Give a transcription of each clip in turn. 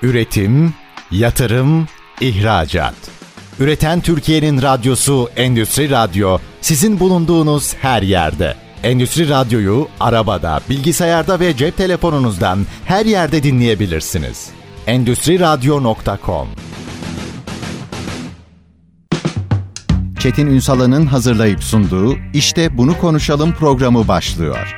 Üretim, yatırım, ihracat. Üreten Türkiye'nin radyosu Endüstri Radyo, sizin bulunduğunuz her yerde. Endüstri Radyo'yu arabada, bilgisayarda ve cep telefonunuzdan her yerde dinleyebilirsiniz. Endüstriradyo.com. Çetin Ünsal'ın hazırlayıp sunduğu İşte Bunu Konuşalım programı başlıyor.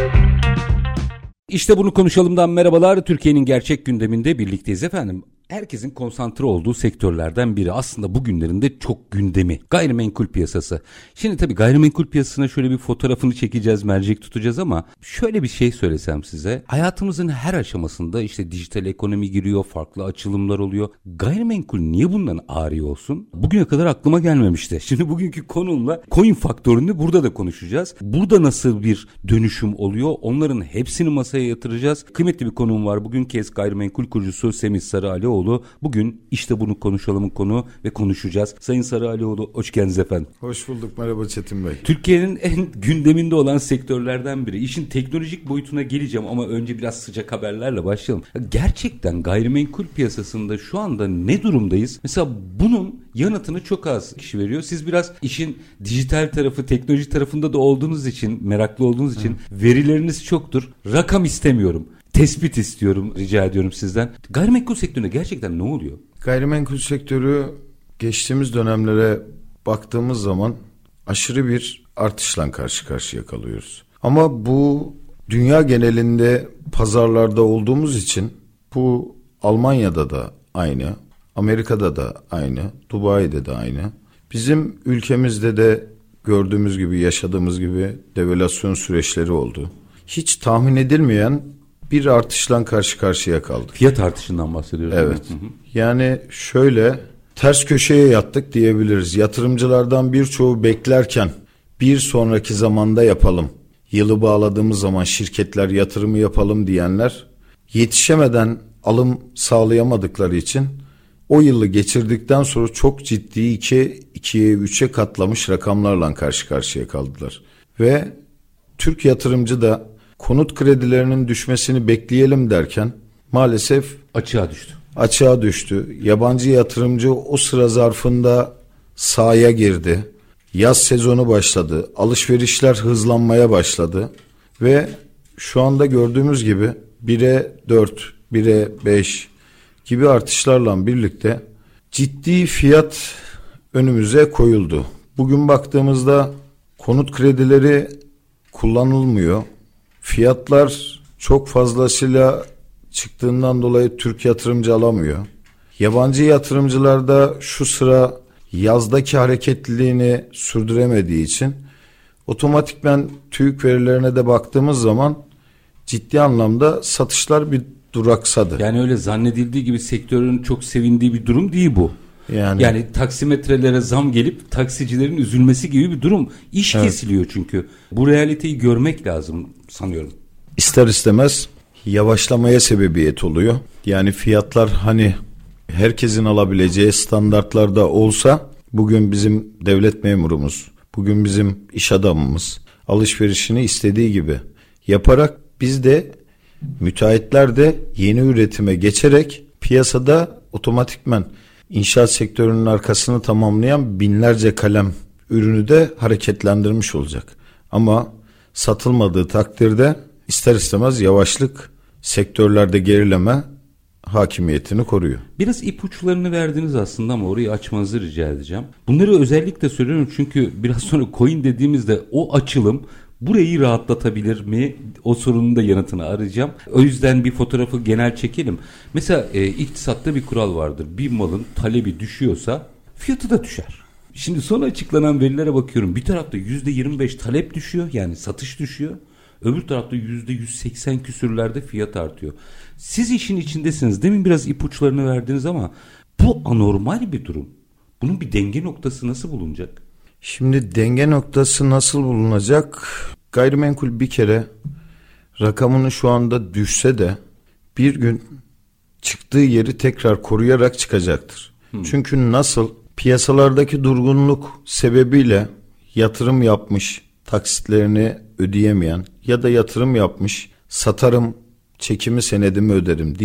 İşte Bunu Konuşalım'dan merhabalar. Türkiye'nin gerçek gündeminde birlikteyiz efendim. Herkesin konsantre olduğu sektörlerden biri, aslında bugünlerin de çok gündemi, gayrimenkul piyasası. Şimdi tabii gayrimenkul piyasasına şöyle bir fotoğrafını çekeceğiz, mercek tutacağız ama şöyle bir şey söylesem size. Hayatımızın her aşamasında işte dijital ekonomi giriyor, farklı açılımlar oluyor. Gayrimenkul niye bundan ağrıyor olsun? Bugüne kadar aklıma gelmemişti. Şimdi bugünkü konumla coin faktörünü burada da konuşacağız. Burada nasıl bir dönüşüm oluyor? Onların hepsini masaya yatıracağız. Kıymetli bir konuğum var. Bugün KES Gayrimenkul kurucusu Semih Sarıalioğlu. Bugün işte bunu konuşalımın konu ve konuşacağız. Sayın Sarıalioğlu, hoş geldiniz efendim. Hoş bulduk, merhaba Çetin Bey. Türkiye'nin en gündeminde olan sektörlerden biri. İşin teknolojik boyutuna geleceğim ama önce biraz sıcak haberlerle başlayalım. Gerçekten gayrimenkul piyasasında şu anda ne durumdayız? Mesela bunun yanıtını çok az kişi veriyor. Siz biraz işin dijital tarafı, teknoloji tarafında da olduğunuz için, meraklı olduğunuz için verileriniz çoktur. Rakam istemiyorum. Tespit istiyorum, rica ediyorum sizden. Gayrimenkul sektöründe gerçekten ne oluyor? Gayrimenkul sektörü geçtiğimiz dönemlere baktığımız zaman aşırı bir artışla karşı karşıya kalıyoruz. Ama bu dünya genelinde pazarlarda olduğumuz için bu Almanya'da da aynı, Amerika'da da aynı, Dubai'de de aynı. Bizim ülkemizde de gördüğümüz gibi, yaşadığımız gibi devalüasyon süreçleri oldu. Hiç tahmin edilmeyen bir artışla karşı karşıya kaldık. Fiyat artışından bahsediyoruz. Evet. Yani şöyle ters köşeye yattık diyebiliriz. Yatırımcılardan birçoğu beklerken bir sonraki zamanda yapalım, yılı bağladığımız zaman şirketler yatırımı yapalım diyenler yetişemeden alım sağlayamadıkları için o yılı geçirdikten sonra çok ciddi 2'ye 3'e katlamış rakamlarla karşı karşıya kaldılar. Ve Türk yatırımcı da konut kredilerinin düşmesini bekleyelim derken maalesef açığa düştü. Yabancı yatırımcı o sıra zarfında sahaya girdi. Yaz sezonu başladı. Alışverişler hızlanmaya başladı. Ve şu anda gördüğümüz gibi 1'e 4, 1'e 5 gibi artışlarla birlikte ciddi fiyat önümüze koyuldu. Bugün baktığımızda konut kredileri kullanılmıyor. Fiyatlar çok fazlasıyla çıktığından dolayı Türk yatırımcı alamıyor. Yabancı yatırımcılar da şu sıra yazdaki hareketliliğini sürdüremediği için otomatikman TÜİK verilerine de baktığımız zaman ciddi anlamda satışlar bir duraksadı. Yani öyle zannedildiği gibi sektörün çok sevindiği bir durum değil bu. Yani taksimetrelere zam gelip taksicilerin üzülmesi gibi bir durum. İş kesiliyor çünkü. Bu realiteyi görmek lazım sanıyorum. İster istemez yavaşlamaya sebebiyet oluyor. Yani fiyatlar hani herkesin alabileceği standartlarda olsa bugün bizim devlet memurumuz, bugün bizim iş adamımız alışverişini istediği gibi yaparak biz de müteahhitler de yeni üretime geçerek piyasada otomatikman İnşaat sektörünün arkasını tamamlayan binlerce kalem ürünü de hareketlendirmiş olacak. Ama satılmadığı takdirde ister istemez yavaşlık, sektörlerde gerileme hakimiyetini koruyor. Biraz ipuçlarını verdiniz aslında ama orayı açmanızı rica edeceğim. Bunları özellikle söylüyorum çünkü biraz sonra coin dediğimizde o açılım burayı rahatlatabilir mi? O sorunun da yanıtını arayacağım. O yüzden bir fotoğrafı genel çekelim. Mesela iktisatta bir kural vardır. Bir malın talebi düşüyorsa fiyatı da düşer. Şimdi son açıklanan verilere bakıyorum. Bir tarafta %25 talep düşüyor, yani satış düşüyor. Öbür tarafta %180 küsürlerde fiyat artıyor. Siz işin içindesiniz. Demin biraz ipuçlarını verdiniz ama bu anormal bir durum. Bunun bir denge noktası nasıl bulunacak? Şimdi denge noktası nasıl bulunacak? Gayrimenkul bir kere rakamını şu anda düşse de bir gün çıktığı yeri tekrar koruyarak çıkacaktır. Çünkü nasıl piyasalardaki durgunluk sebebiyle yatırım yapmış, taksitlerini ödeyemeyen ya da yatırım yapmış, satarım, çekimi senedimi öderim diyen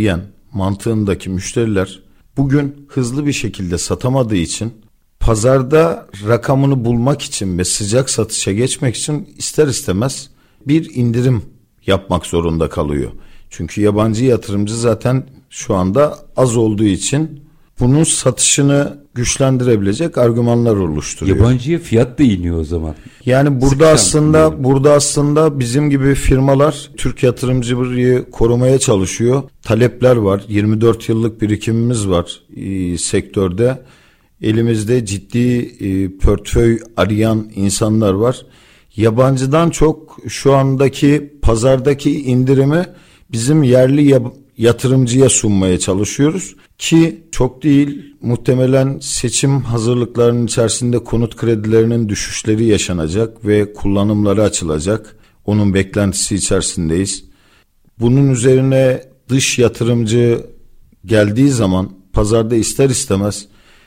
mantığındaki müşteriler bugün hızlı bir şekilde satamadığı için pazarda rakamını bulmak için ve sıcak satışa geçmek için ister istemez bir indirim yapmak zorunda kalıyor. Çünkü yabancı yatırımcı zaten şu anda az olduğu için bunun satışını güçlendirebilecek argümanlar oluşturuyor. Yabancıya fiyat da iniyor o zaman. Yani burada aslında bizim gibi firmalar Türk yatırımcıyı korumaya çalışıyor. Talepler var. 24 yıllık birikimimiz var sektörde. Elimizde ciddi portföy arayan insanlar var. Yabancıdan çok şu andaki pazardaki indirimi bizim yerli yatırımcıya sunmaya çalışıyoruz ki çok değil, muhtemelen seçim hazırlıklarının içerisinde konut kredilerinin düşüşleri yaşanacak ve kullanımları açılacak. Onun beklentisi içerisindeyiz. Bunun üzerine dış yatırımcı geldiği zaman pazarda ister istemez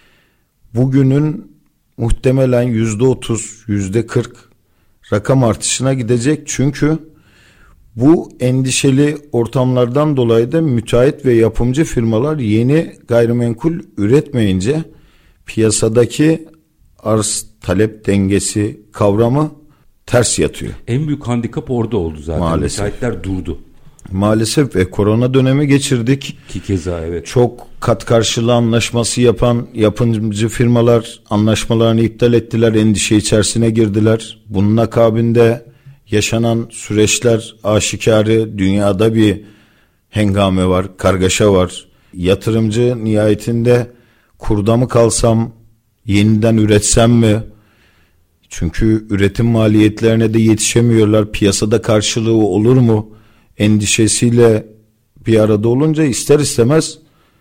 bugünün muhtemelen %30, %40 rakam artışına gidecek. Çünkü bu endişeli ortamlardan dolayı da müteahhit ve yapımcı firmalar yeni gayrimenkul üretmeyince piyasadaki arz talep dengesi kavramı ters yatıyor. En büyük handikap orada oldu zaten. Maalesef. Müteahhitler durdu. Maalesef ve korona dönemi geçirdik. Ki keza evet. Çok kat karşılığı anlaşması yapan yapımcı firmalar anlaşmalarını iptal ettiler, endişe içerisine girdiler. Bunun akabinde yaşanan süreçler aşikarı, dünyada bir hengame var, kargaşa var. Yatırımcı nihayetinde kurda mı kalsam, yeniden üretsem mi? Çünkü üretim maliyetlerine de yetişemiyorlar. Piyasada karşılığı olur mu? Endişesiyle bir arada olunca ister istemez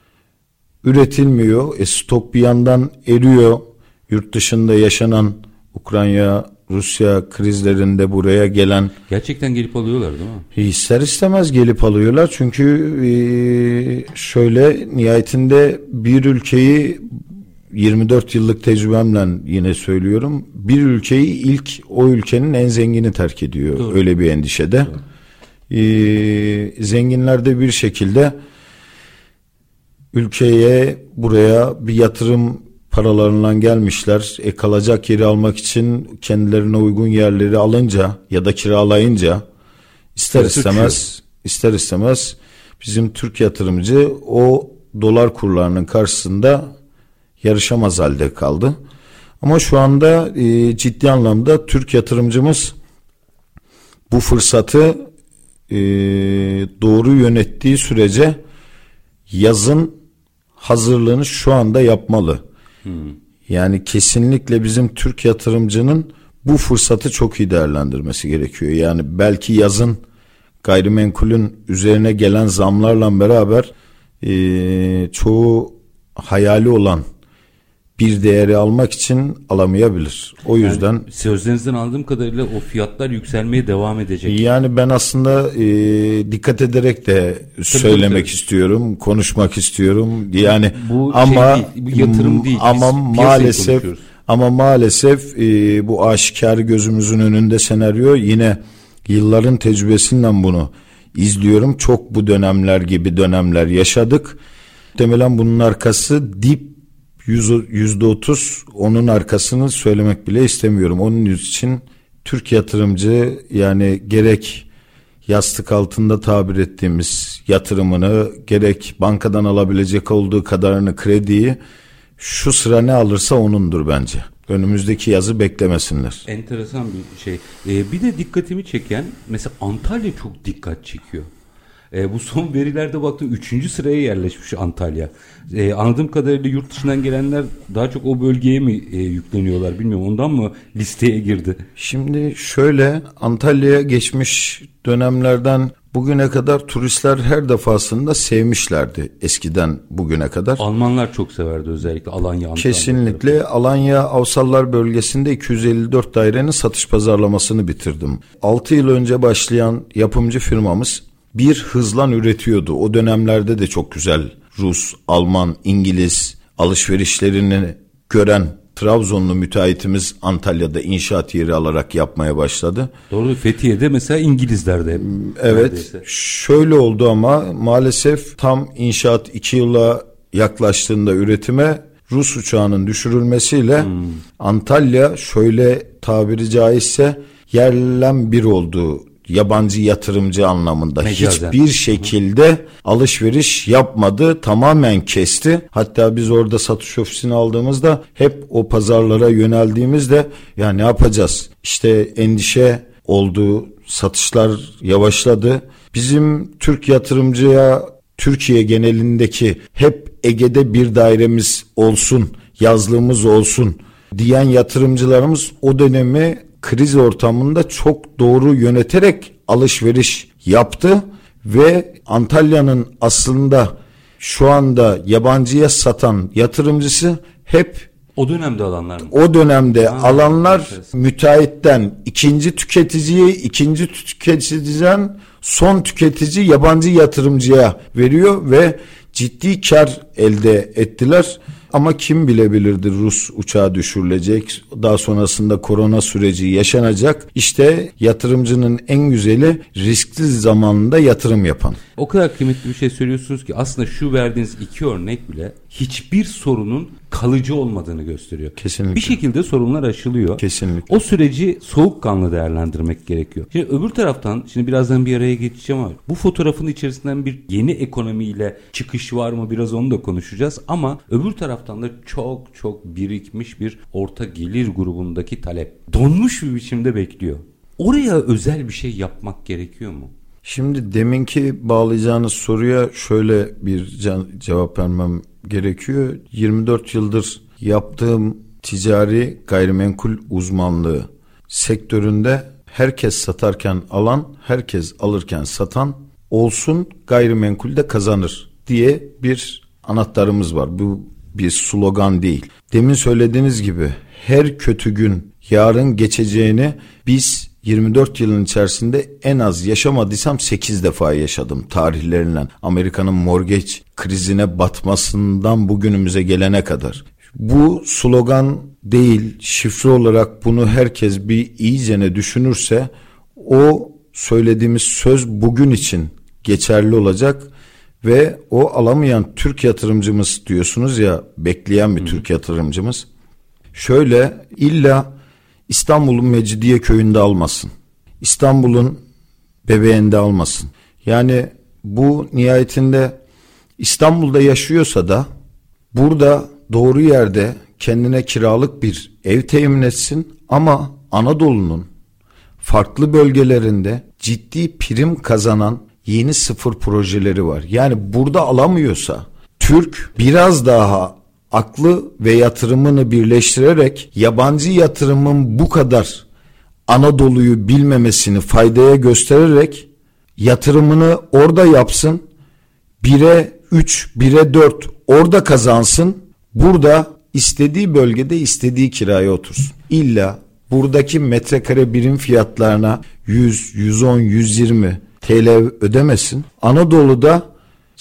üretilmiyor. Stok bir yandan eriyor. Yurt dışında yaşanan Ukrayna, Rusya krizlerinde buraya gelen... Gerçekten gelip alıyorlar değil mi? İster istemez gelip alıyorlar. Çünkü şöyle nihayetinde bir ülkeyi 24 yıllık tecrübemle yine söylüyorum. Bir ülkeyi ilk o ülkenin en zengini terk ediyor. Doğru. Öyle bir endişede. Zenginler de bir şekilde ülkeye buraya bir yatırım paralarından gelmişler. Kalacak yeri almak için kendilerine uygun yerleri alınca ya da kiralayınca ister istemez bizim Türk yatırımcı o dolar kurlarının karşısında yarışamaz halde kaldı. Ama şu anda ciddi anlamda Türk yatırımcımız bu fırsatı doğru yönettiği sürece yazın hazırlığını şu anda yapmalı. Yani kesinlikle bizim Türk yatırımcının bu fırsatı çok iyi değerlendirmesi gerekiyor. Yani belki yazın gayrimenkulün üzerine gelen zamlarla beraber çoğu hayali olan bir değeri almak için alamayabilir. O yüzden yani sözlerinizden aldığım kadarıyla o fiyatlar yükselmeye devam edecek. Yani ben aslında dikkat ederek de söylemek istiyorum, konuşmak istiyorum. Yani bu ama şey değil, bu yatırım değil. Ama maalesef bu aşikar gözümüzün önünde senaryo, yine yılların tecrübesinden bunu izliyorum. Çok bu dönemler gibi dönemler yaşadık. Muhtemelen bunun arkası dip %30, onun arkasını söylemek bile istemiyorum. Onun için Türk yatırımcı yani gerek yastık altında tabir ettiğimiz yatırımını, gerek bankadan alabilecek olduğu kadarını, krediyi şu sıra ne alırsa onundur bence. Önümüzdeki yazı beklemesinler. Enteresan bir şey. Bir de dikkatimi çeken mesela Antalya çok dikkat çekiyor. Bu son verilerde baktım 3. sıraya yerleşmiş Antalya. Anladığım kadarıyla yurt dışından gelenler daha çok o bölgeye mi yükleniyorlar bilmiyorum. Ondan mı listeye girdi? Şimdi şöyle, Antalya'ya geçmiş dönemlerden bugüne kadar turistler her defasında sevmişlerdi eskiden bugüne kadar. Almanlar çok severdi özellikle Alanya, Antalya. Kesinlikle. Alanya Avsallar bölgesinde 254 dairenin satış pazarlamasını bitirdim. 6 yıl önce başlayan yapımcı firmamız bir hızlan üretiyordu. O dönemlerde de çok güzel Rus, Alman, İngiliz alışverişlerini gören Trabzonlu müteahhitimiz Antalya'da inşaat yeri alarak yapmaya başladı. Doğru, Fethiye'de mesela İngilizler de. Evet, neredeyse. şöyle oldu ama maalesef tam inşaat 2 yıla yaklaştığında üretime Rus uçağının düşürülmesiyle Antalya şöyle tabiri caizse yerlen bir oldu. Yabancı yatırımcı anlamında. Mecazen. Hiçbir şekilde alışveriş yapmadı. Tamamen kesti. Hatta biz orada satış ofisini aldığımızda hep o pazarlara yöneldiğimizde ya ne yapacağız? İşte endişe oldu. Satışlar yavaşladı. Bizim Türk yatırımcıya Türkiye genelindeki hep Ege'de bir dairemiz olsun, yazlığımız olsun diyen yatırımcılarımız o dönemi kriz ortamında çok doğru yöneterek alışveriş yaptı ve Antalya'nın aslında şu anda yabancıya satan yatırımcısı hep O dönemde alanlar mı? o dönemde alanlar müteahhitten ikinci tüketiciden son tüketici yabancı yatırımcıya veriyor ve ciddi kar elde ettiler. Ama kim bilebilirdi Rus uçağı düşürülecek, daha sonrasında korona süreci yaşanacak. İşte yatırımcının en güzeli risksiz zamanında yatırım yapan. O kadar kıymetli bir şey söylüyorsunuz ki aslında şu verdiğiniz iki örnek bile hiçbir sorunun kalıcı olmadığını gösteriyor. Kesinlikle. Bir şekilde sorunlar aşılıyor. Kesinlikle. O süreci soğukkanlı değerlendirmek gerekiyor. Şimdi öbür taraftan, şimdi birazdan bir araya geçeceğim ama bu fotoğrafın içerisinden bir yeni ekonomiyle çıkış var mı, biraz onu da konuşacağız. Ama öbür taraftan da çok çok birikmiş bir orta gelir grubundaki talep donmuş bir biçimde bekliyor. Oraya özel bir şey yapmak gerekiyor mu? Şimdi deminki bağlayacağınız soruya şöyle bir cevap vermem gerekiyor. 24 yıldır yaptığım ticari gayrimenkul uzmanlığı sektöründe herkes satarken alan, herkes alırken satan olsun, gayrimenkulde kazanır diye bir anahtarımız var. Bu bir slogan değil. Demin söylediğiniz gibi her kötü gün yarın geçeceğini biz 24 yılın içerisinde en az yaşamadıysam 8 defa yaşadım tarihlerinden. Amerika'nın mortgage krizine batmasından bugünümüze gelene kadar. Bu slogan değil, şifre olarak bunu herkes bir iyicene düşünürse o söylediğimiz söz bugün için geçerli olacak ve o alamayan Türk yatırımcımız diyorsunuz ya, bekleyen bir Türk yatırımcımız şöyle illa İstanbul'un Mecidiyeköy'ünde almasın. İstanbul'un Bebeği'nde almasın. Yani bu nihayetinde İstanbul'da yaşıyorsa da burada doğru yerde kendine kiralık bir ev temin etsin ama Anadolu'nun farklı bölgelerinde ciddi prim kazanan yeni sıfır projeleri var. Yani burada alamıyorsa Türk biraz daha aklı ve yatırımını birleştirerek yabancı yatırımın bu kadar Anadolu'yu bilmemesini faydaya göstererek yatırımını orada yapsın. 1'e 3, 1'e 4 orada kazansın. Burada istediği bölgede istediği kiraya otursun. İlla buradaki metrekare birim fiyatlarına 100, 110, 120 TL ödemesin. Anadolu'da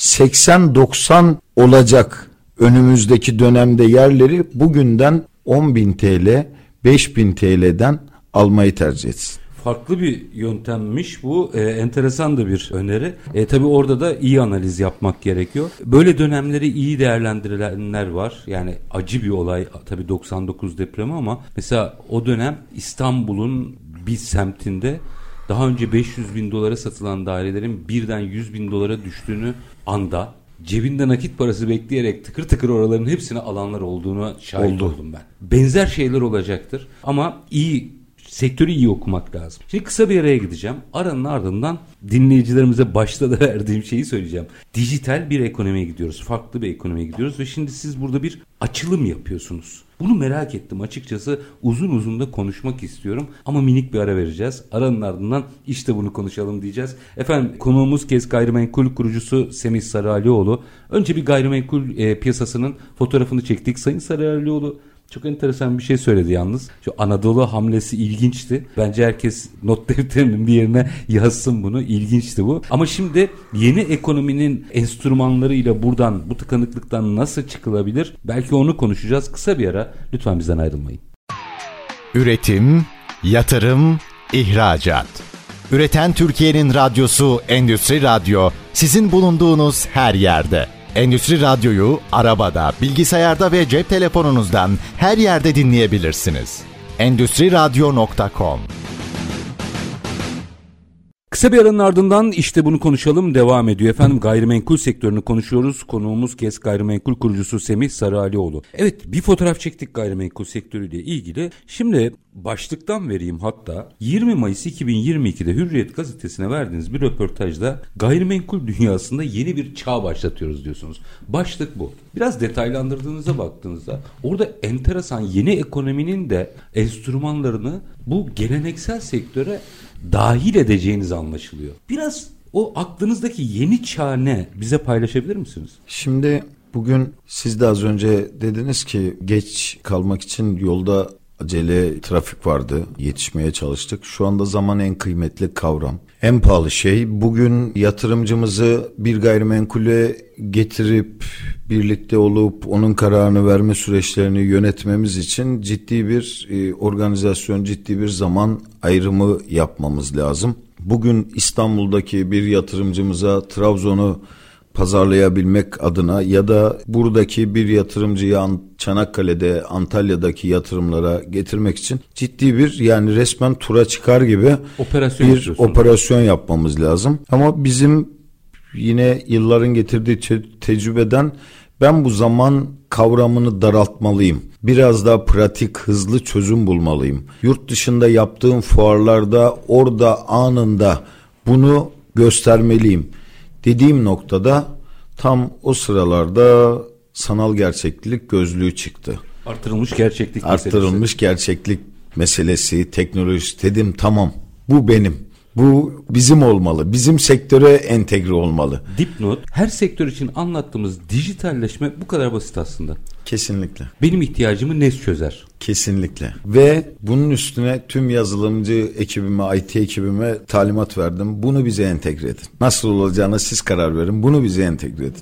80-90 olacak önümüzdeki dönemde yerleri bugünden 10.000 TL, 5.000 TL'den almayı tercih etsin. Farklı bir yöntemmiş bu. Enteresan da bir öneri. Tabii orada da iyi analiz yapmak gerekiyor. Böyle dönemleri iyi değerlendirenler var. Yani acı bir olay tabii 99 depremi ama mesela o dönem İstanbul'un bir semtinde daha önce 500.000 dolara satılan dairelerin birden 100.000 dolara düştüğünü anda cebinde nakit parası bekleyerek tıkır tıkır oraların hepsini alanlar olduğuna şahit oldum ben. Benzer şeyler olacaktır ama sektörü iyi okumak lazım. Şimdi kısa bir araya gideceğim. Aranın ardından dinleyicilerimize başta da verdiğim şeyi söyleyeceğim. Dijital bir ekonomiye gidiyoruz. Farklı bir ekonomiye gidiyoruz ve şimdi siz burada bir açılım yapıyorsunuz. Bunu merak ettim açıkçası. Uzun uzun da konuşmak istiyorum ama minik bir ara vereceğiz. Aranın ardından işte bunu konuşalım diyeceğiz. Efendim konuğumuz KES Gayrimenkul kurucusu Semih Sarıalioğlu. Önce bir gayrimenkul piyasasının fotoğrafını çektik. Sayın Sarıalioğlu, Çok enteresan bir şey söyledi yalnız. Şu Anadolu hamlesi ilginçti. Bence herkes not defterinin bir yerine yazsın bunu. İlginçti bu. Ama şimdi yeni ekonominin enstrümanlarıyla buradan, bu tıkanıklıktan nasıl çıkılabilir? Belki onu konuşacağız. Kısa bir ara. Lütfen bizden ayrılmayın. Üretim, yatırım, ihracat. Üreten Türkiye'nin radyosu Endüstri Radyo, sizin bulunduğunuz her yerde. Endüstri Radyo'yu arabada, bilgisayarda ve cep telefonunuzdan her yerde dinleyebilirsiniz. Endüstriradyo.com. Kısa bir aranın ardından işte bunu konuşalım devam ediyor. Efendim gayrimenkul sektörünü konuşuyoruz. Konuğumuz KES Gayrimenkul kurucusu Semih Sarıalioğlu. Evet, bir fotoğraf çektik gayrimenkul sektörüyle ilgili. Şimdi başlıktan vereyim hatta. 20 Mayıs 2022'de Hürriyet gazetesine verdiğiniz bir röportajda gayrimenkul dünyasında yeni bir çağ başlatıyoruz diyorsunuz. Başlık bu. Biraz detaylandırdığınıza baktığınızda orada enteresan yeni ekonominin de enstrümanlarını bu geleneksel sektöre dahil edeceğiniz anlaşılıyor. Biraz o aklınızdaki yeni çağ ne? Bize paylaşabilir misiniz? Şimdi bugün siz de az önce dediniz ki geç kalmak için yolda acele trafik vardı. Yetişmeye çalıştık. Şu anda zaman en kıymetli kavram. En pahalı şey. Bugün yatırımcımızı bir gayrimenkule getirip birlikte olup onun kararını verme süreçlerini yönetmemiz için ciddi bir organizasyon, ciddi bir zaman ayrımı yapmamız lazım. Bugün İstanbul'daki bir yatırımcımıza Trabzon'u pazarlayabilmek adına ya da buradaki bir yatırımcıyı Çanakkale'de, Antalya'daki yatırımlara getirmek için ciddi bir, yani resmen tura çıkar gibi bir operasyon yapmamız lazım. Ama bizim yine yılların getirdiği tecrübeden ben bu zaman kavramını daraltmalıyım. Biraz daha pratik, hızlı çözüm bulmalıyım. Yurt dışında yaptığım fuarlarda orada anında bunu göstermeliyim dediğim noktada tam o sıralarda sanal gerçeklik gözlüğü çıktı. Artırılmış gerçeklik meselesi. Artırılmış gerçeklik meselesi, teknolojisi, dedim tamam, bu benim. Bu bizim olmalı. Bizim sektöre entegre olmalı. Dipnot, her sektör için anlattığımız dijitalleşme bu kadar basit aslında. Kesinlikle. Benim ihtiyacımı NES çözer. Kesinlikle. Ve bunun üstüne tüm yazılımcı ekibime, IT ekibime talimat verdim. Bunu bize entegre edin. Nasıl olacağına siz karar verin. Bunu bize entegre edin.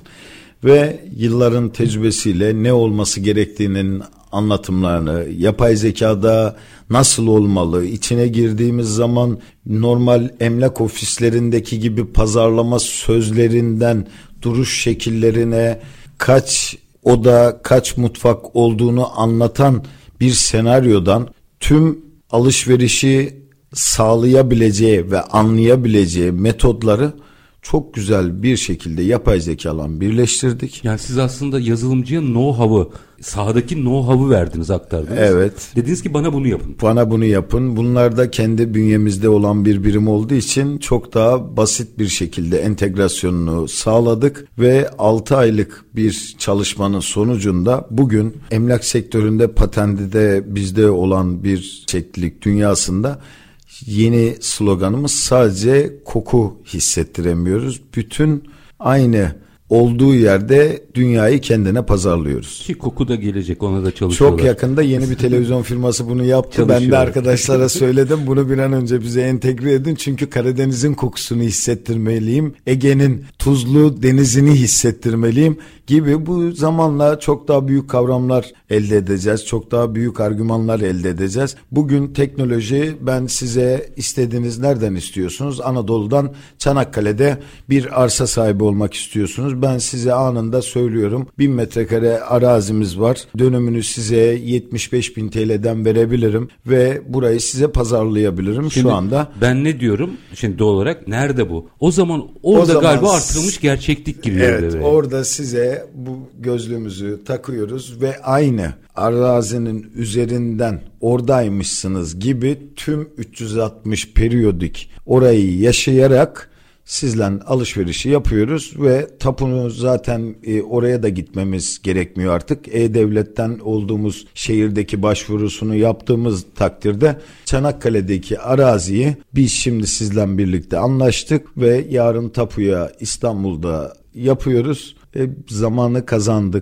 Ve yılların tecrübesiyle ne olması gerektiğinin anlatımlarını, yapay zekada nasıl olmalı, içine girdiğimiz zaman normal emlak ofislerindeki gibi pazarlama sözlerinden duruş şekillerine, kaç oda, kaç mutfak olduğunu anlatan bir senaryodan tüm alışverişi sağlayabileceği ve anlayabileceği metodları çok güzel bir şekilde yapay zekalan birleştirdik. Yani siz aslında yazılımcıya know-how'ı, sahadaki know-how'ı verdiniz, aktardınız. Evet. Dediniz ki bana bunu yapın. Bana bunu yapın. Bunlar da kendi bünyemizde olan bir birim olduğu için çok daha basit bir şekilde entegrasyonunu sağladık ve 6 aylık bir çalışmanın sonucunda bugün emlak sektöründe patenti de bizde olan bir çeklilik dünyasında yeni sloganımız sadece koku hissettiremiyoruz. Bütün aynı olduğu yerde dünyayı kendine pazarlıyoruz. Ki koku da gelecek, ona da çalışıyorlar. Çok yakında yeni bir televizyon firması bunu yaptı. Ben de arkadaşlara söyledim, bunu bir an önce bize entegre edin. Çünkü Karadeniz'in kokusunu hissettirmeliyim. Ege'nin tuzlu denizini hissettirmeliyim gibi bu zamanla çok daha büyük kavramlar elde edeceğiz. Çok daha büyük argümanlar elde edeceğiz. Bugün teknoloji, ben size istediğiniz nereden istiyorsunuz? Anadolu'dan Çanakkale'de bir arsa sahibi olmak istiyorsunuz. Ben size anında söylüyorum. 1000 metrekare arazimiz var. Dönümünü size 75.000 TL'den verebilirim ve burayı size pazarlayabilirim. Şimdi şu anda. Ben ne diyorum? Şimdi doğal olarak nerede bu? O zaman galiba artırılmış gerçeklik giriyor. Evet, orada size bu gözlüğümüzü takıyoruz ve aynı arazinin üzerinden oradaymışsınız gibi tüm 360 periyodik orayı yaşayarak sizle alışverişi yapıyoruz ve tapunu zaten oraya da gitmemiz gerekmiyor artık. E-Devlet'ten olduğumuz şehirdeki başvurusunu yaptığımız takdirde Çanakkale'deki araziyi biz şimdi sizle birlikte anlaştık ve yarın tapuya İstanbul'da yapıyoruz. Zamanı kazandık.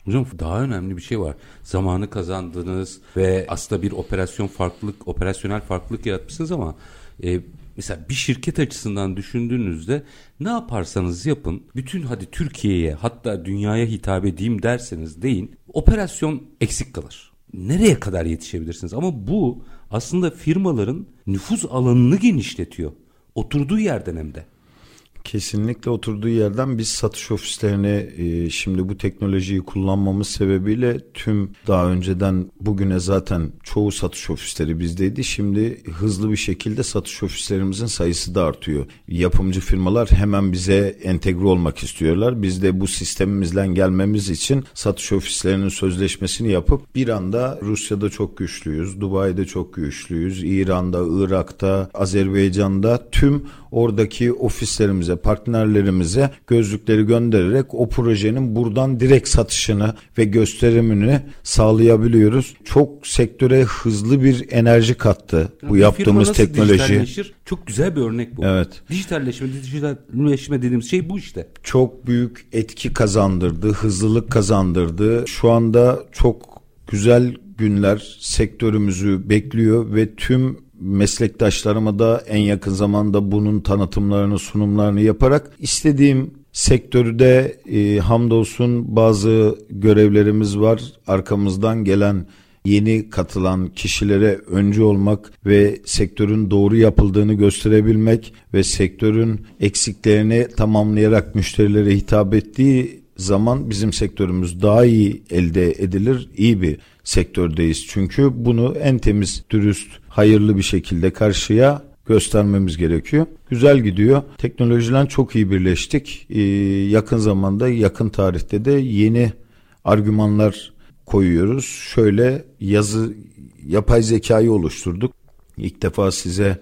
Hocam daha önemli bir şey var. Zamanı kazandınız ve aslında bir operasyonel farklılık yaratmışsınız ama mesela bir şirket açısından düşündüğünüzde ne yaparsanız yapın, bütün hadi Türkiye'ye hatta dünyaya hitap edeyim derseniz deyin, operasyon eksik kalır. Nereye kadar yetişebilirsiniz? Ama bu aslında firmaların nüfuz alanını genişletiyor. Oturduğu yerden hem de. Kesinlikle oturduğu yerden biz satış ofislerini şimdi bu teknolojiyi kullanmamız sebebiyle tüm daha önceden bugüne zaten çoğu satış ofisleri bizdeydi. Şimdi hızlı bir şekilde satış ofislerimizin sayısı da artıyor. Yapımcı firmalar hemen bize entegre olmak istiyorlar. Biz de bu sistemimizle gelmemiz için satış ofislerinin sözleşmesini yapıp bir anda Rusya'da çok güçlüyüz, Dubai'de çok güçlüyüz, İran'da, Irak'ta, Azerbaycan'da tüm oradaki ofislerimize, partnerlerimize gözlükleri göndererek o projenin buradan direkt satışını ve gösterimini sağlayabiliyoruz. Çok sektöre hızlı bir enerji kattı bu yaptığımız teknoloji. Çok güzel bir örnek bu. Evet. Dijitalleşme dediğimiz şey bu işte. Çok büyük etki kazandırdı, hızlılık kazandırdı. Şu anda çok güzel günler sektörümüzü bekliyor ve tüm meslektaşlarıma da en yakın zamanda bunun tanıtımlarını, sunumlarını yaparak istediğim sektörde hamdolsun bazı görevlerimiz var. Arkamızdan gelen yeni katılan kişilere öncü olmak ve sektörün doğru yapıldığını gösterebilmek ve sektörün eksiklerini tamamlayarak müşterilere hitap ettiği zaman bizim sektörümüz daha iyi elde edilir. İyi bir sektördeyiz çünkü bunu en temiz, dürüst, hayırlı bir şekilde karşıya göstermemiz gerekiyor. Güzel gidiyor. Teknolojiyle çok iyi birleştik. Yakın zamanda, yakın tarihte de yeni argümanlar koyuyoruz. Şöyle yapay zekayı oluşturduk. İlk defa size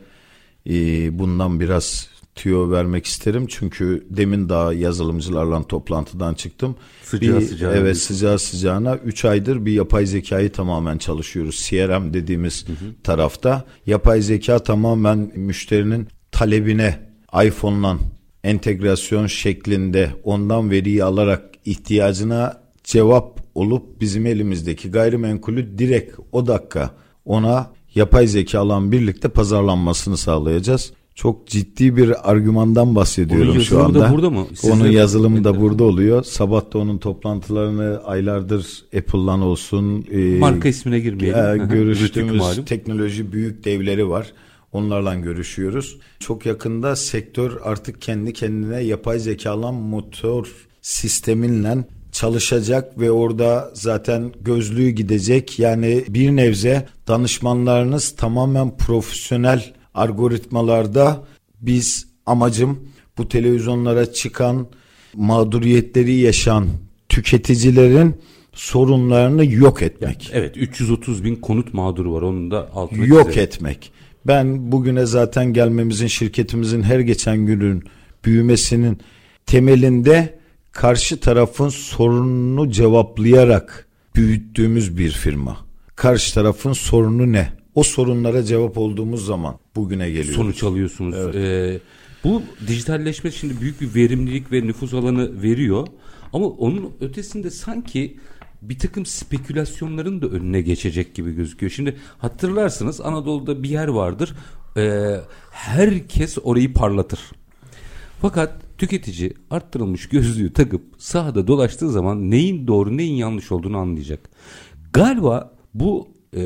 bundan biraz tüyo vermek isterim. Çünkü demin daha yazılımcılarla toplantıdan çıktım. Sıcağı sıcağına 3 aydır bir yapay zekayı tamamen çalışıyoruz. CRM dediğimiz tarafta. Yapay zeka tamamen müşterinin talebine iPhone'la entegrasyon şeklinde ondan veriyi alarak ihtiyacına cevap olup bizim elimizdeki gayrimenkulü direkt o dakika ona yapay zekalan birlikte pazarlanmasını sağlayacağız. Çok ciddi bir argümandan bahsediyorum şu anda. Da burada mı? Onun yazılımı da burada oluyor. Sabah da onun toplantılarını aylardır Apple'lan olsun. Marka ismine girmeyelim. Görüştüğümüz teknoloji büyük devleri var. Onlarla görüşüyoruz. Çok yakında sektör artık kendi kendine yapay zekalan motor sisteminle çalışacak ve orada zaten gözlüğü gidecek. Yani bir nebze danışmanlarınız tamamen profesyonel algoritmalarda amacım bu televizyonlara çıkan mağduriyetleri yaşayan tüketicilerin sorunlarını yok etmek. Evet 330 bin konut mağduru var onun da altına yok etmek. Ben bugüne zaten gelmemizin şirketimizin her geçen günün büyümesinin temelinde karşı tarafın sorununu cevaplayarak büyüttüğümüz bir firma. Karşı tarafın sorunu ne? O sorunlara cevap olduğumuz zaman bugüne geliyoruz. Sonuç alıyorsunuz. Evet. Bu dijitalleşme şimdi büyük bir verimlilik ve nüfuz alanı veriyor. Ama onun ötesinde sanki bir takım spekülasyonların da önüne geçecek gibi gözüküyor. Şimdi hatırlarsınız Anadolu'da bir yer vardır. Herkes orayı parlatır. Fakat tüketici arttırılmış gözlüğü takıp sahada dolaştığı zaman neyin doğru neyin yanlış olduğunu anlayacak. Galiba bu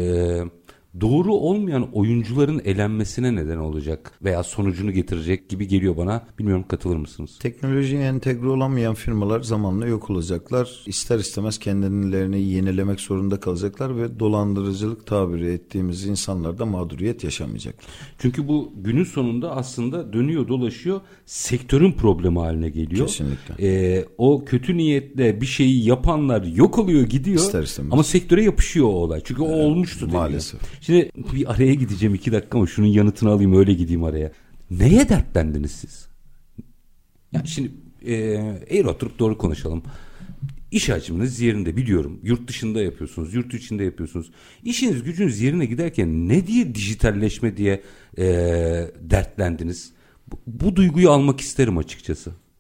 doğru olmayan oyuncuların elenmesine neden olacak veya sonucunu getirecek gibi geliyor bana. Bilmiyorum katılır mısınız? Teknolojiye entegre olamayan firmalar zamanla yok olacaklar. İster istemez kendilerini yenilemek zorunda kalacaklar ve dolandırıcılık tabiri ettiğimiz insanlar da mağduriyet yaşamayacaklar. Çünkü bu günün sonunda aslında dönüyor dolaşıyor sektörün problemi haline geliyor. Kesinlikle. O kötü niyetle bir şeyi yapanlar yok oluyor gidiyor. İster istemez. Ama sektöre yapışıyor o olay. Çünkü o olmuştu. Maalesef. Şimdi bir araya gideceğim 2 dakika ama şunun yanıtını alayım öyle gideyim araya. Neye dertlendiniz siz? Yani şimdi eğer oturup doğru konuşalım. İş hacminiz yerinde biliyorum. Yurt dışında yapıyorsunuz, yurt içinde yapıyorsunuz. İşiniz gücünüz yerine giderken ne diye dijitalleşme diye dertlendiniz? Bu duyguyu almak isterim açıkçası.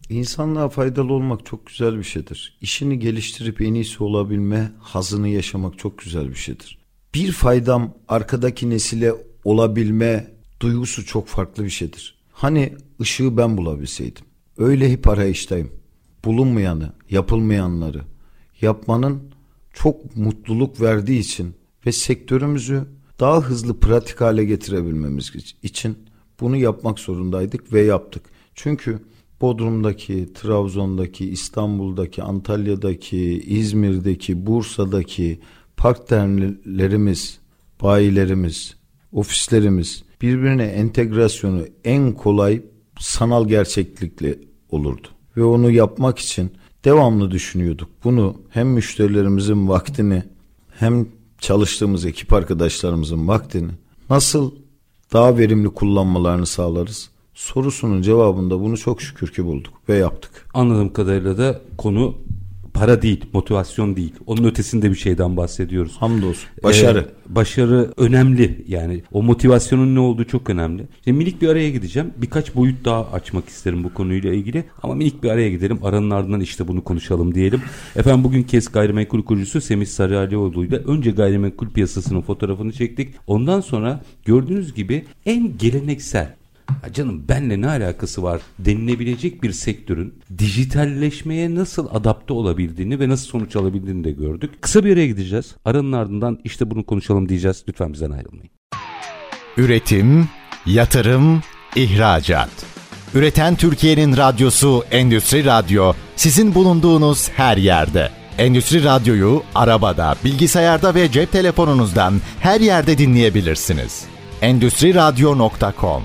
İnsanlığa faydalı olmak çok güzel bir şeydir. İşini geliştirip en iyisi olabilme hazını yaşamak çok güzel bir şeydir. Bir faydam arkadaki nesile olabilme duygusu çok farklı bir şeydir. Hani ışığı ben bulabilseydim. Öyle hep arayıştayım. Bulunmayanı, yapılmayanları yapmanın çok mutluluk verdiği için ve sektörümüzü daha hızlı pratik hale getirebilmemiz için bunu yapmak zorundaydık ve yaptık. Çünkü Bodrum'daki, Trabzon'daki, İstanbul'daki, Antalya'daki, İzmir'deki, Bursa'daki partnerlerimiz, bayilerimiz, ofislerimiz birbirine entegrasyonu en kolay sanal gerçeklikle olurdu. Ve onu yapmak için devamlı düşünüyorduk. Bunu hem müşterilerimizin vaktini hem çalıştığımız ekip arkadaşlarımızın vaktini nasıl daha verimli kullanmalarını sağlarız sorusunun cevabında bunu çok şükür ki bulduk ve yaptık. Anladığım kadarıyla da konu para değil, motivasyon değil. Onun ötesinde bir şeyden bahsediyoruz. Hamdolsun. Başarı. Başarı önemli yani. O motivasyonun ne olduğu çok önemli. Şimdi minik bir araya gideceğim. Birkaç boyut daha açmak isterim bu konuyla ilgili. Ama minik bir araya gidelim. Aranın ardından işte bunu konuşalım diyelim. Efendim bugün KES Gayrimenkul kurucusu Semih Sarıalioğlu'yla önce gayrimenkul piyasasının fotoğrafını çektik. Ondan sonra gördüğünüz gibi en geleneksel, canım benle ne alakası var denilebilecek bir sektörün dijitalleşmeye nasıl adapte olabildiğini ve nasıl sonuç alabildiğini de gördük. Kısa bir araya gideceğiz. Aranın ardından işte bunu konuşalım diyeceğiz. Lütfen bizden ayrılmayın. Üretim, yatırım, ihracat. Üreten Türkiye'nin radyosu Endüstri Radyo sizin bulunduğunuz her yerde. Endüstri Radyo'yu arabada, bilgisayarda ve cep telefonunuzdan her yerde dinleyebilirsiniz. Endüstriradyo.com.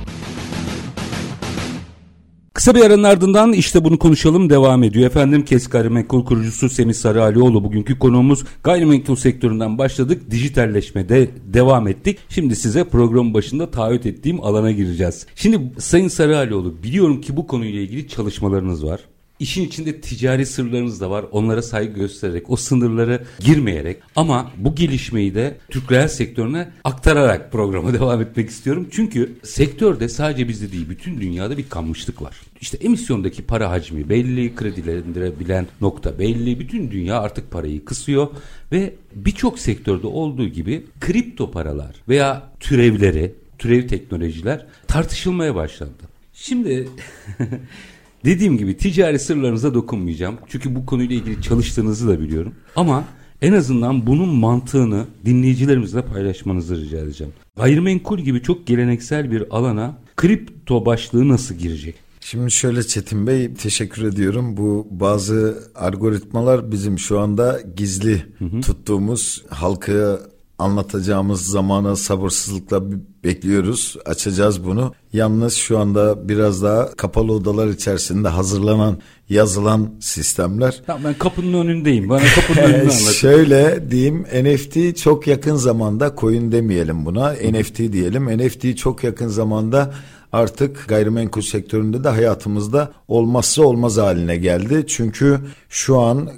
Kısa bir aranın ardından işte bunu konuşalım devam ediyor. Efendim KES Gayrimenkul kurucusu Semih Sarıalioğlu bugünkü konuğumuz. Gayrimenkul sektöründen başladık. Dijitalleşmede devam ettik. Şimdi size program başında taahhüt ettiğim alana gireceğiz. Şimdi Sayın Sarıalioğlu, biliyorum ki bu konuyla ilgili çalışmalarınız var. İşin içinde ticari sırlarınız da var. Onlara saygı göstererek, o sınırlara girmeyerek ama bu gelişmeyi de Türk reel sektörüne aktararak programa devam etmek istiyorum. Çünkü sektörde sadece bizde değil, bütün dünyada bir kanmışlık var. İşte emisyondaki para hacmi belli, kredilendirebilen nokta belli. Bütün dünya artık parayı kısıyor ve birçok sektörde olduğu gibi kripto paralar veya türev teknolojiler tartışılmaya başlandı. Şimdi dediğim gibi ticari sırlarınıza dokunmayacağım. Çünkü bu konuyla ilgili çalıştığınızı da biliyorum. Ama en azından bunun mantığını dinleyicilerimizle paylaşmanızı rica edeceğim. Gayrimenkul gibi çok geleneksel bir alana kripto başlığı nasıl girecek? Şimdi şöyle Çetin Bey, teşekkür ediyorum. Bu bazı algoritmalar bizim şu anda gizli tuttuğumuz, halka anlatacağımız zamana sabırsızlıkla bekliyoruz. Açacağız bunu. Yalnız şu anda biraz daha kapalı odalar içerisinde hazırlanan, yazılan sistemler. Tamam, ben kapının önündeyim. Bana kapının önünü anlatın. Şöyle diyeyim, NFT çok yakın zamanda, coin demeyelim buna, NFT diyelim. NFT çok yakın zamanda artık gayrimenkul sektöründe de hayatımızda olmazsa olmaz haline geldi. Çünkü şu an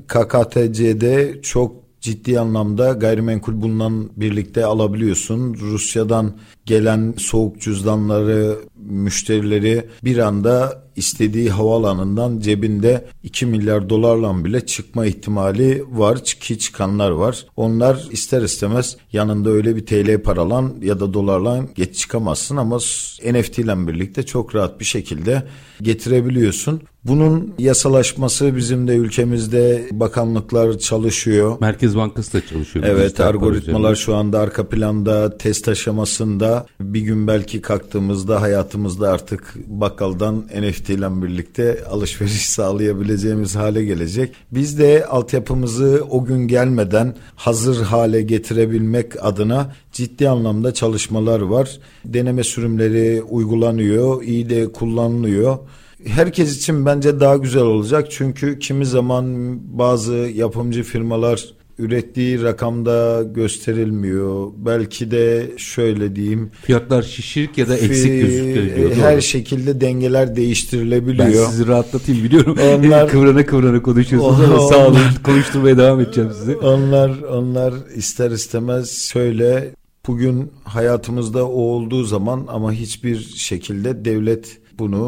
KKTC'de çok ciddi anlamda gayrimenkul bulunan birlikte alabiliyorsun. Rusya'dan gelen soğuk cüzdanları, müşterileri bir anda istediği havaalanından cebinde 2 milyar dolarla bile çıkma ihtimali var ki çıkanlar var. Onlar ister istemez yanında öyle bir TL paralan ya da dolarla geç çıkamazsın ama NFT ile birlikte çok rahat bir şekilde getirebiliyorsun. Bunun yasalaşması bizim de ülkemizde bakanlıklar çalışıyor. Merkez Bankası da çalışıyor. Evet, algoritmalar şu anda arka planda, test aşamasında. Bir gün belki kalktığımızda hayatımızda artık bakkaldan NFT ile birlikte alışveriş sağlayabileceğimiz hale gelecek. Biz de altyapımızı o gün gelmeden hazır hale getirebilmek adına ciddi anlamda çalışmalar var. Deneme sürümleri uygulanıyor, iyi de kullanılıyor. Herkes için bence daha güzel olacak. Çünkü kimi zaman bazı yapımcı firmalar ürettiği rakamda gösterilmiyor. Belki de şöyle diyeyim, fiyatlar şişirik ya da eksik gözüküyor. Her şekilde dengeler değiştirilebiliyor. Ben sizi rahatlatayım, biliyorum. Kıvrana konuşuyorsunuz ama sağ olun, konuşturmaya devam edeceğim sizi. Onlar ister istemez şöyle, bugün hayatımızda o olduğu zaman ama hiçbir şekilde devlet bunu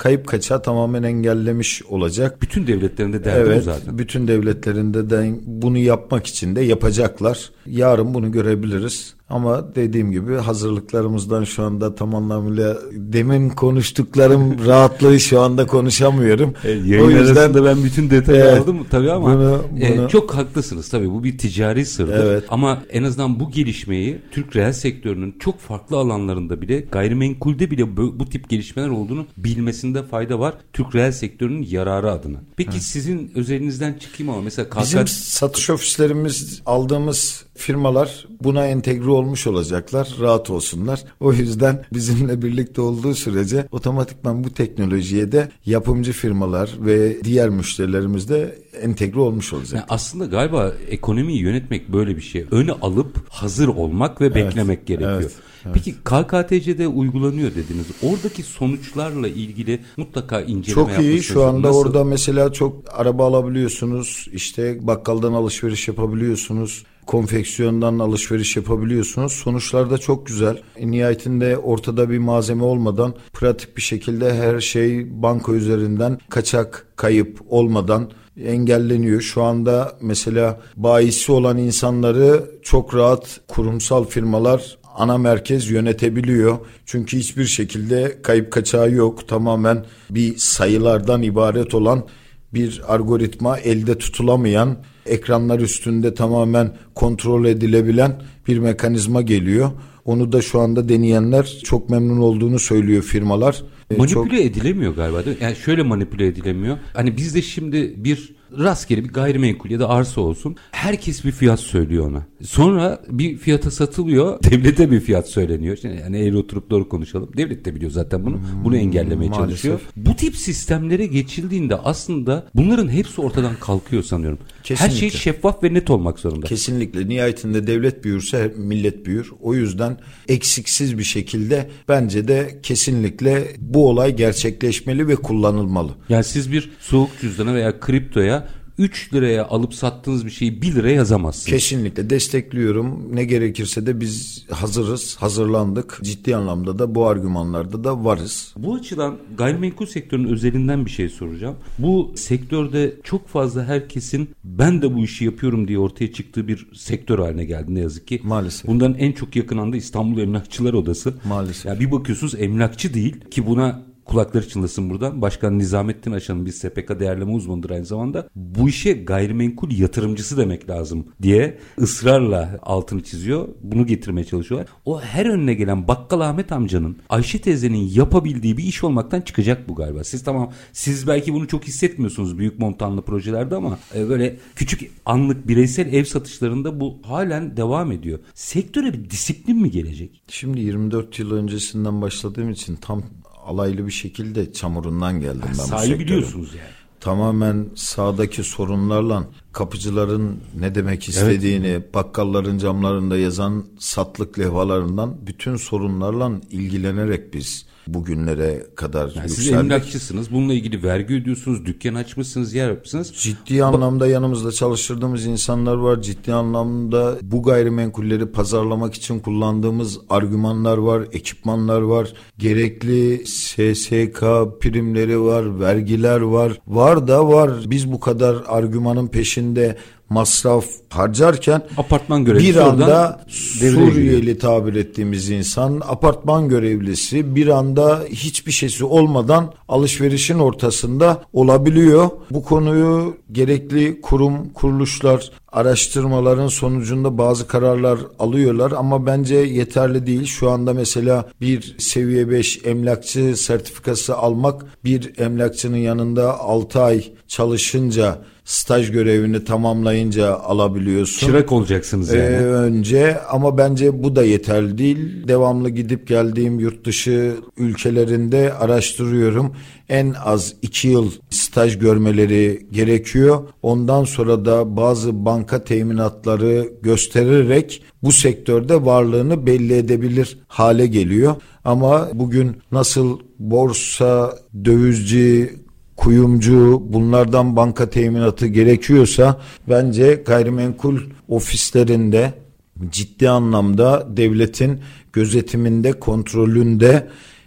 kayıp kaçağı tamamen engellemiş olacak. Bütün devletlerinde derdi bu zaten. Evet, bütün devletlerinde de bunu yapmak için de yapacaklar. Yarın bunu görebiliriz. Ama dediğim gibi hazırlıklarımızdan şu anda tam anlamıyla demin konuştuklarım rahatlığı şu anda konuşamıyorum. Yayın arasında ben bütün detayı aldım tabii ama bunu çok haklısınız tabii, bu bir ticari sırdır. Evet. Ama en azından bu gelişmeyi Türk reel sektörünün çok farklı alanlarında bile, gayrimenkulde bile bu tip gelişmeler olduğunu bilmesinde fayda var. Türk reel sektörünün yararı adına. Peki sizin özelinizden çıkayım ama mesela bizim satış ofislerimiz, aldığımız firmalar buna entegre olmuş olacaklar. Rahat olsunlar. O yüzden bizimle birlikte olduğu sürece otomatikman bu teknolojiye de yapımcı firmalar ve diğer müşterilerimiz de entegre olmuş olacak. Yani aslında galiba ekonomiyi yönetmek böyle bir şey. Öne alıp hazır olmak ve beklemek gerekiyor. Evet. Peki KKTC'de uygulanıyor dediniz. Oradaki sonuçlarla ilgili mutlaka inceleme yapmışsınız. Çok iyi. Şu anda nasıl? orada mesela çok araba alabiliyorsunuz. İşte bakkaldan alışveriş yapabiliyorsunuz. Konfeksiyondan alışveriş yapabiliyorsunuz. Sonuçlar da çok güzel. Nihayetinde ortada bir malzeme olmadan pratik bir şekilde her şey banka üzerinden kaçak, kayıp olmadan engelleniyor. Şu anda mesela bayisi olan insanları çok rahat kurumsal firmalar, ana merkez yönetebiliyor. Çünkü hiçbir şekilde kayıp kaçağı yok. Tamamen bir sayılardan ibaret olan bir algoritma, elde tutulamayan, ekranlar üstünde tamamen kontrol edilebilen bir mekanizma geliyor. Onu da şu anda deneyenler çok memnun olduğunu söylüyor firmalar. Manipüle edilemiyor galiba değil mi? Yani şöyle manipüle edilemiyor. Hani bizde şimdi bir rastgele bir gayrimenkul ya da arsa olsun, herkes bir fiyat söylüyor ona. Sonra bir fiyata satılıyor, devlete bir fiyat söyleniyor. Yani eğri oturup doğru konuşalım. Devlet de biliyor zaten bunu. Bunu engellemeye çalışıyor. Bu tip sistemlere geçildiğinde aslında bunların hepsi ortadan kalkıyor sanıyorum. Kesinlikle. Her şey şeffaf ve net olmak zorunda. Kesinlikle. Nihayetinde devlet büyürse millet büyür. O yüzden eksiksiz bir şekilde bence de kesinlikle bu olay gerçekleşmeli ve kullanılmalı. Yani siz bir soğuk cüzdana veya kriptoya 3 liraya alıp sattığınız bir şeyi 1 liraya yazamazsınız. Kesinlikle destekliyorum. Ne gerekirse de biz hazırız, hazırlandık. Ciddi anlamda da bu argümanlarda da varız. Bu açıdan gayrimenkul sektörünün özelinden bir şey soracağım. Bu sektörde çok fazla herkesin ben de bu işi yapıyorum diye ortaya çıktığı bir sektör haline geldi ne yazık ki. Maalesef. Bundan en çok yakınan da İstanbul Emlakçılar Odası. Maalesef. Ya bir bakıyorsunuz emlakçı değil ki buna kulakları çınlasın buradan. Başkan Nizamettin Aşan'ın bir SPK değerleme uzmanıdır aynı zamanda. Bu işe gayrimenkul yatırımcısı demek lazım diye ısrarla altını çiziyor. Bunu getirmeye çalışıyorlar. O her önüne gelen Bakkal Ahmet amcanın, Ayşe teyzenin yapabildiği bir iş olmaktan çıkacak bu galiba. Siz belki bunu çok hissetmiyorsunuz büyük montanlı projelerde ama böyle küçük anlık bireysel ev satışlarında bu halen devam ediyor. Sektöre bir disiplin mi gelecek? Şimdi 24 yıl öncesinden başladığım için tam alaylı bir şekilde çamurundan geldim ben bu Sahi biliyorsunuz yani. Tamamen sahadaki sorunlarla, kapıcıların ne demek istediğini, bakkalların camlarında yazan satlık levhalarından bütün sorunlarla ilgilenerek biz bugünlere kadar yükseldik. Siz emlakçısınız, bununla ilgili vergi ödüyorsunuz, dükkan açmışsınız, yer yapmışsınız. Ciddi anlamda yanımızda çalıştırdığımız insanlar var. Ciddi anlamda bu gayrimenkulleri pazarlamak için kullandığımız argümanlar var, ekipmanlar var. Gerekli SSK primleri var, vergiler var. Var da var. Biz bu kadar argümanın peşinde masraf harcarken apartman görevlisi bir anda Suriyeli tabir ettiğimiz insan, apartman görevlisi bir anda hiçbir şeysi olmadan alışverişin ortasında olabiliyor. Bu konuyu gerekli kurum, kuruluşlar araştırmaların sonucunda bazı kararlar alıyorlar ama bence yeterli değil. Şu anda mesela bir seviye 5 emlakçı sertifikası almak, bir emlakçının yanında 6 ay çalışınca, staj görevini tamamlayınca alabiliyorsun. Çırak olacaksınız yani. Önce ama bence bu da yeterli değil. Devamlı gidip geldiğim yurt dışı ülkelerinde araştırıyorum. En az 2 yıl staj görmeleri gerekiyor. Ondan sonra da bazı banka teminatları göstererek bu sektörde varlığını belli edebilir hale geliyor. Ama bugün nasıl borsa, dövizci, kuyumcu bunlardan banka teminatı gerekiyorsa bence gayrimenkul ofislerinde ciddi anlamda devletin gözetiminde, kontrolünde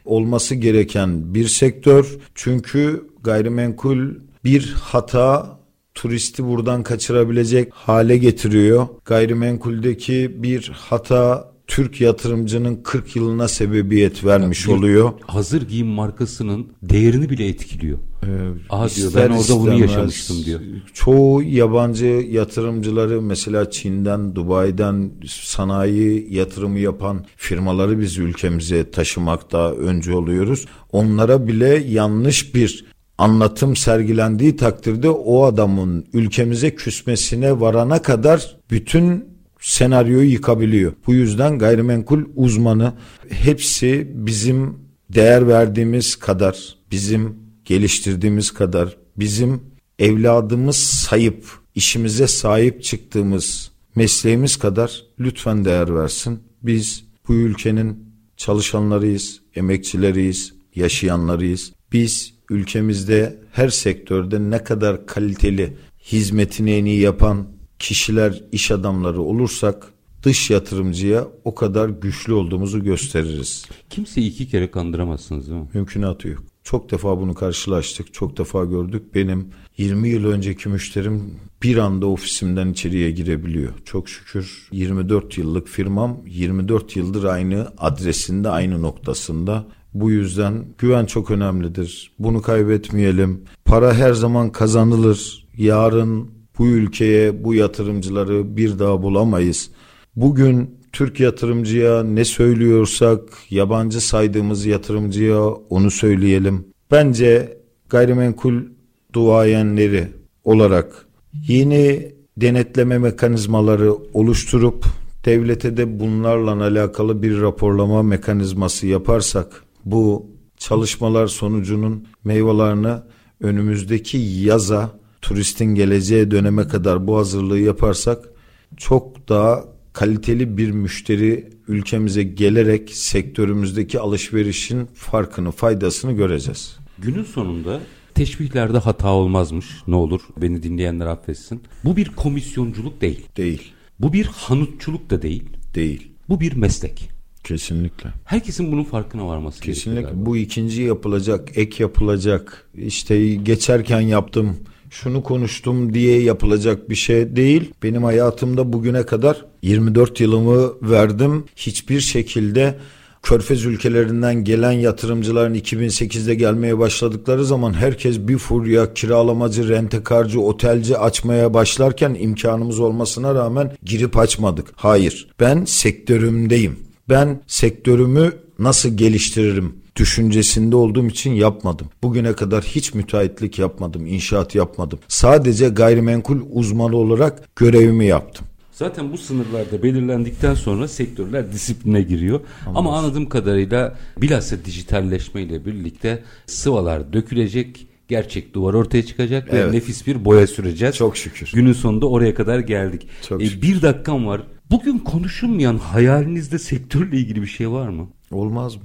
olması gereken bir sektör. Çünkü gayrimenkul bir hata turisti buradan kaçırabilecek hale getiriyor. Gayrimenkuldeki bir hata Türk yatırımcının 40 yılına sebebiyet vermiş oluyor. Hazır giyim markasının değerini bile etkiliyor. Diyor ben orada bunu yaşamıştım diyor. Çoğu yabancı yatırımcıları mesela Çin'den, Dubai'den sanayi yatırımı yapan firmaları biz ülkemize taşımakta öncü oluyoruz. Onlara bile yanlış bir anlatım sergilendiği takdirde o adamın ülkemize küsmesine varana kadar bütün senaryoyu yıkabiliyor. Bu yüzden gayrimenkul uzmanı hepsi bizim değer verdiğimiz kadar, bizim geliştirdiğimiz kadar, bizim evladımız sayıp işimize sahip çıktığımız mesleğimiz kadar lütfen değer versin. Biz bu ülkenin çalışanlarıyız, emekçileriyiz, yaşayanlarıyız. Biz ülkemizde her sektörde ne kadar kaliteli hizmetini en iyi yapan kişiler, iş adamları olursak dış yatırımcıya o kadar güçlü olduğumuzu gösteririz. Kimseyi 2 kere kandıramazsınız değil mi? Mümkünatı yok. Çok defa bunu karşılaştık, çok defa gördük. Benim 20 yıl önceki müşterim bir anda ofisimden içeriye girebiliyor. Çok şükür 24 yıllık firmam 24 yıldır aynı adresinde, aynı noktasında. Bu yüzden güven çok önemlidir. Bunu kaybetmeyelim. Para her zaman kazanılır. Yarın bu ülkeye, bu yatırımcıları bir daha bulamayız. Bugün Türk yatırımcıya ne söylüyorsak yabancı saydığımız yatırımcıya onu söyleyelim. Bence gayrimenkul duayenleri olarak yeni denetleme mekanizmaları oluşturup devlete de bunlarla alakalı bir raporlama mekanizması yaparsak bu çalışmalar sonucunun meyvelerini önümüzdeki yaza, turistin geleceği döneme kadar bu hazırlığı yaparsak çok daha kaliteli bir müşteri ülkemize gelerek sektörümüzdeki alışverişin farkını, faydasını göreceğiz. Günün sonunda teşbihlerde hata olmazmış. Ne olur beni dinleyenler affetsin. Bu bir komisyonculuk değil. Değil. Bu bir hanutçuluk da değil. Değil. Bu bir meslek. Kesinlikle. Herkesin bunun farkına varması gerekiyor. Kesinlikle. Bu ikinci yapılacak, ek yapılacak. İşte geçerken yaptım, şunu konuştum diye yapılacak bir şey değil. Benim hayatımda bugüne kadar 24 yılımı verdim. Hiçbir şekilde Körfez ülkelerinden gelen yatırımcıların 2008'de gelmeye başladıkları zaman herkes bir furya kiralamacı, rentekarcı, otelci açmaya başlarken imkanımız olmasına rağmen girip açmadık. Hayır, ben sektörümdeyim. Ben sektörümü nasıl geliştiririm düşüncesinde olduğum için yapmadım. Bugüne kadar hiç müteahhitlik yapmadım, inşaat yapmadım. Sadece gayrimenkul uzmanı olarak görevimi yaptım. Zaten bu sınırlarda belirlendikten sonra sektörler disipline giriyor. Ama anladığım kadarıyla bilhassa dijitalleşmeyle birlikte sıvalar dökülecek, gerçek duvar ortaya çıkacak ve nefis bir boya süreceğiz. Çok şükür. Günün sonunda oraya kadar geldik. Çok şükür. Bir dakikam var. Bugün konuşulmayan hayalinizde sektörle ilgili bir şey var mı? Olmaz mı?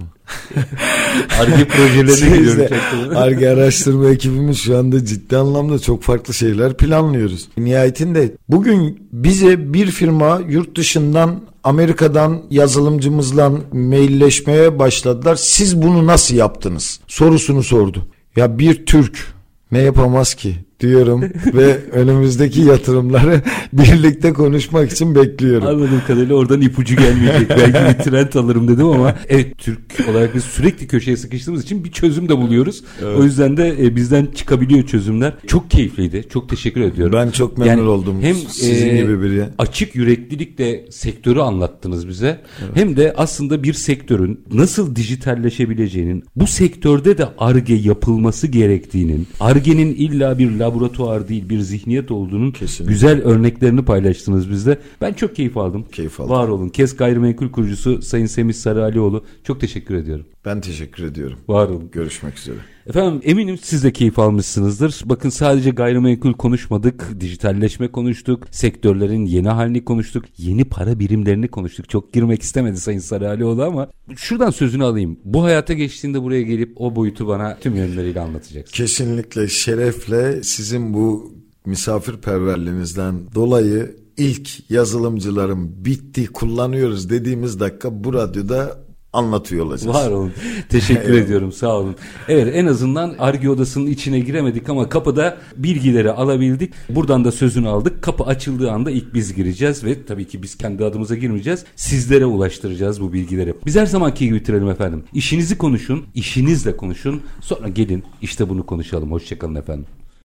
Ar-Ge projelerine giriyorum. Ar-Ge araştırma ekibimiz şu anda ciddi anlamda çok farklı şeyler planlıyoruz. Nihayetinde bugün bize bir firma yurt dışından, Amerika'dan yazılımcımızla mailleşmeye başladılar. Siz bunu nasıl yaptınız? Sorusunu sordu. Ya bir Türk ne yapamaz ki diyorum ve önümüzdeki yatırımları birlikte konuşmak için bekliyorum. Anladığım kadarıyla oradan ipucu gelmeyecek. Belki bir trend alırım dedim ama evet, Türk olarak biz sürekli köşeye sıkıştığımız için bir çözüm de buluyoruz. Evet. O yüzden de bizden çıkabiliyor çözümler. Çok keyifliydi. Çok teşekkür ediyorum. Ben çok memnun oldum. Hem sizin gibi biri. Açık yüreklilikle sektörü anlattınız bize. Evet. Hem de aslında bir sektörün nasıl dijitalleşebileceğinin, bu sektörde de Ar-Ge yapılması gerektiğinin, Ar-Ge'nin illa bir laboratuvar değil, bir zihniyet olduğunun kesinlikle güzel örneklerini paylaştınız bizde. Ben çok keyif aldım. Var olun. KES Gayrimenkul kurucusu Sayın Semih Sarıalioğlu. Çok teşekkür ediyorum. Ben teşekkür ediyorum. Var olun. Görüşmek üzere. Efendim eminim siz de keyif almışsınızdır. Bakın sadece gayrimenkul konuşmadık. Dijitalleşme konuştuk. Sektörlerin yeni halini konuştuk. Yeni para birimlerini konuştuk. Çok girmek istemedi Sayın Sarıalioğlu ama şuradan sözünü alayım. Bu hayata geçtiğinde buraya gelip o boyutu bana tüm yönleriyle anlatacaksın. Kesinlikle şerefle sizin bu misafirperverliğinizden dolayı ilk yazılımcılarım bitti kullanıyoruz dediğimiz dakika bu radyoda anlatıyor olacağız. Var olun. Teşekkür ediyorum. Sağ olun. Evet, en azından Ar-Ge odasının içine giremedik ama kapıda bilgileri alabildik. Buradan da sözünü aldık. Kapı açıldığı anda ilk biz gireceğiz ve tabii ki biz kendi adımıza girmeyeceğiz. Sizlere ulaştıracağız bu bilgileri. Biz her zamanki gibi bitirelim efendim. İşinizi konuşun, işinizle konuşun. Sonra gelin işte bunu konuşalım. Hoşçakalın efendim.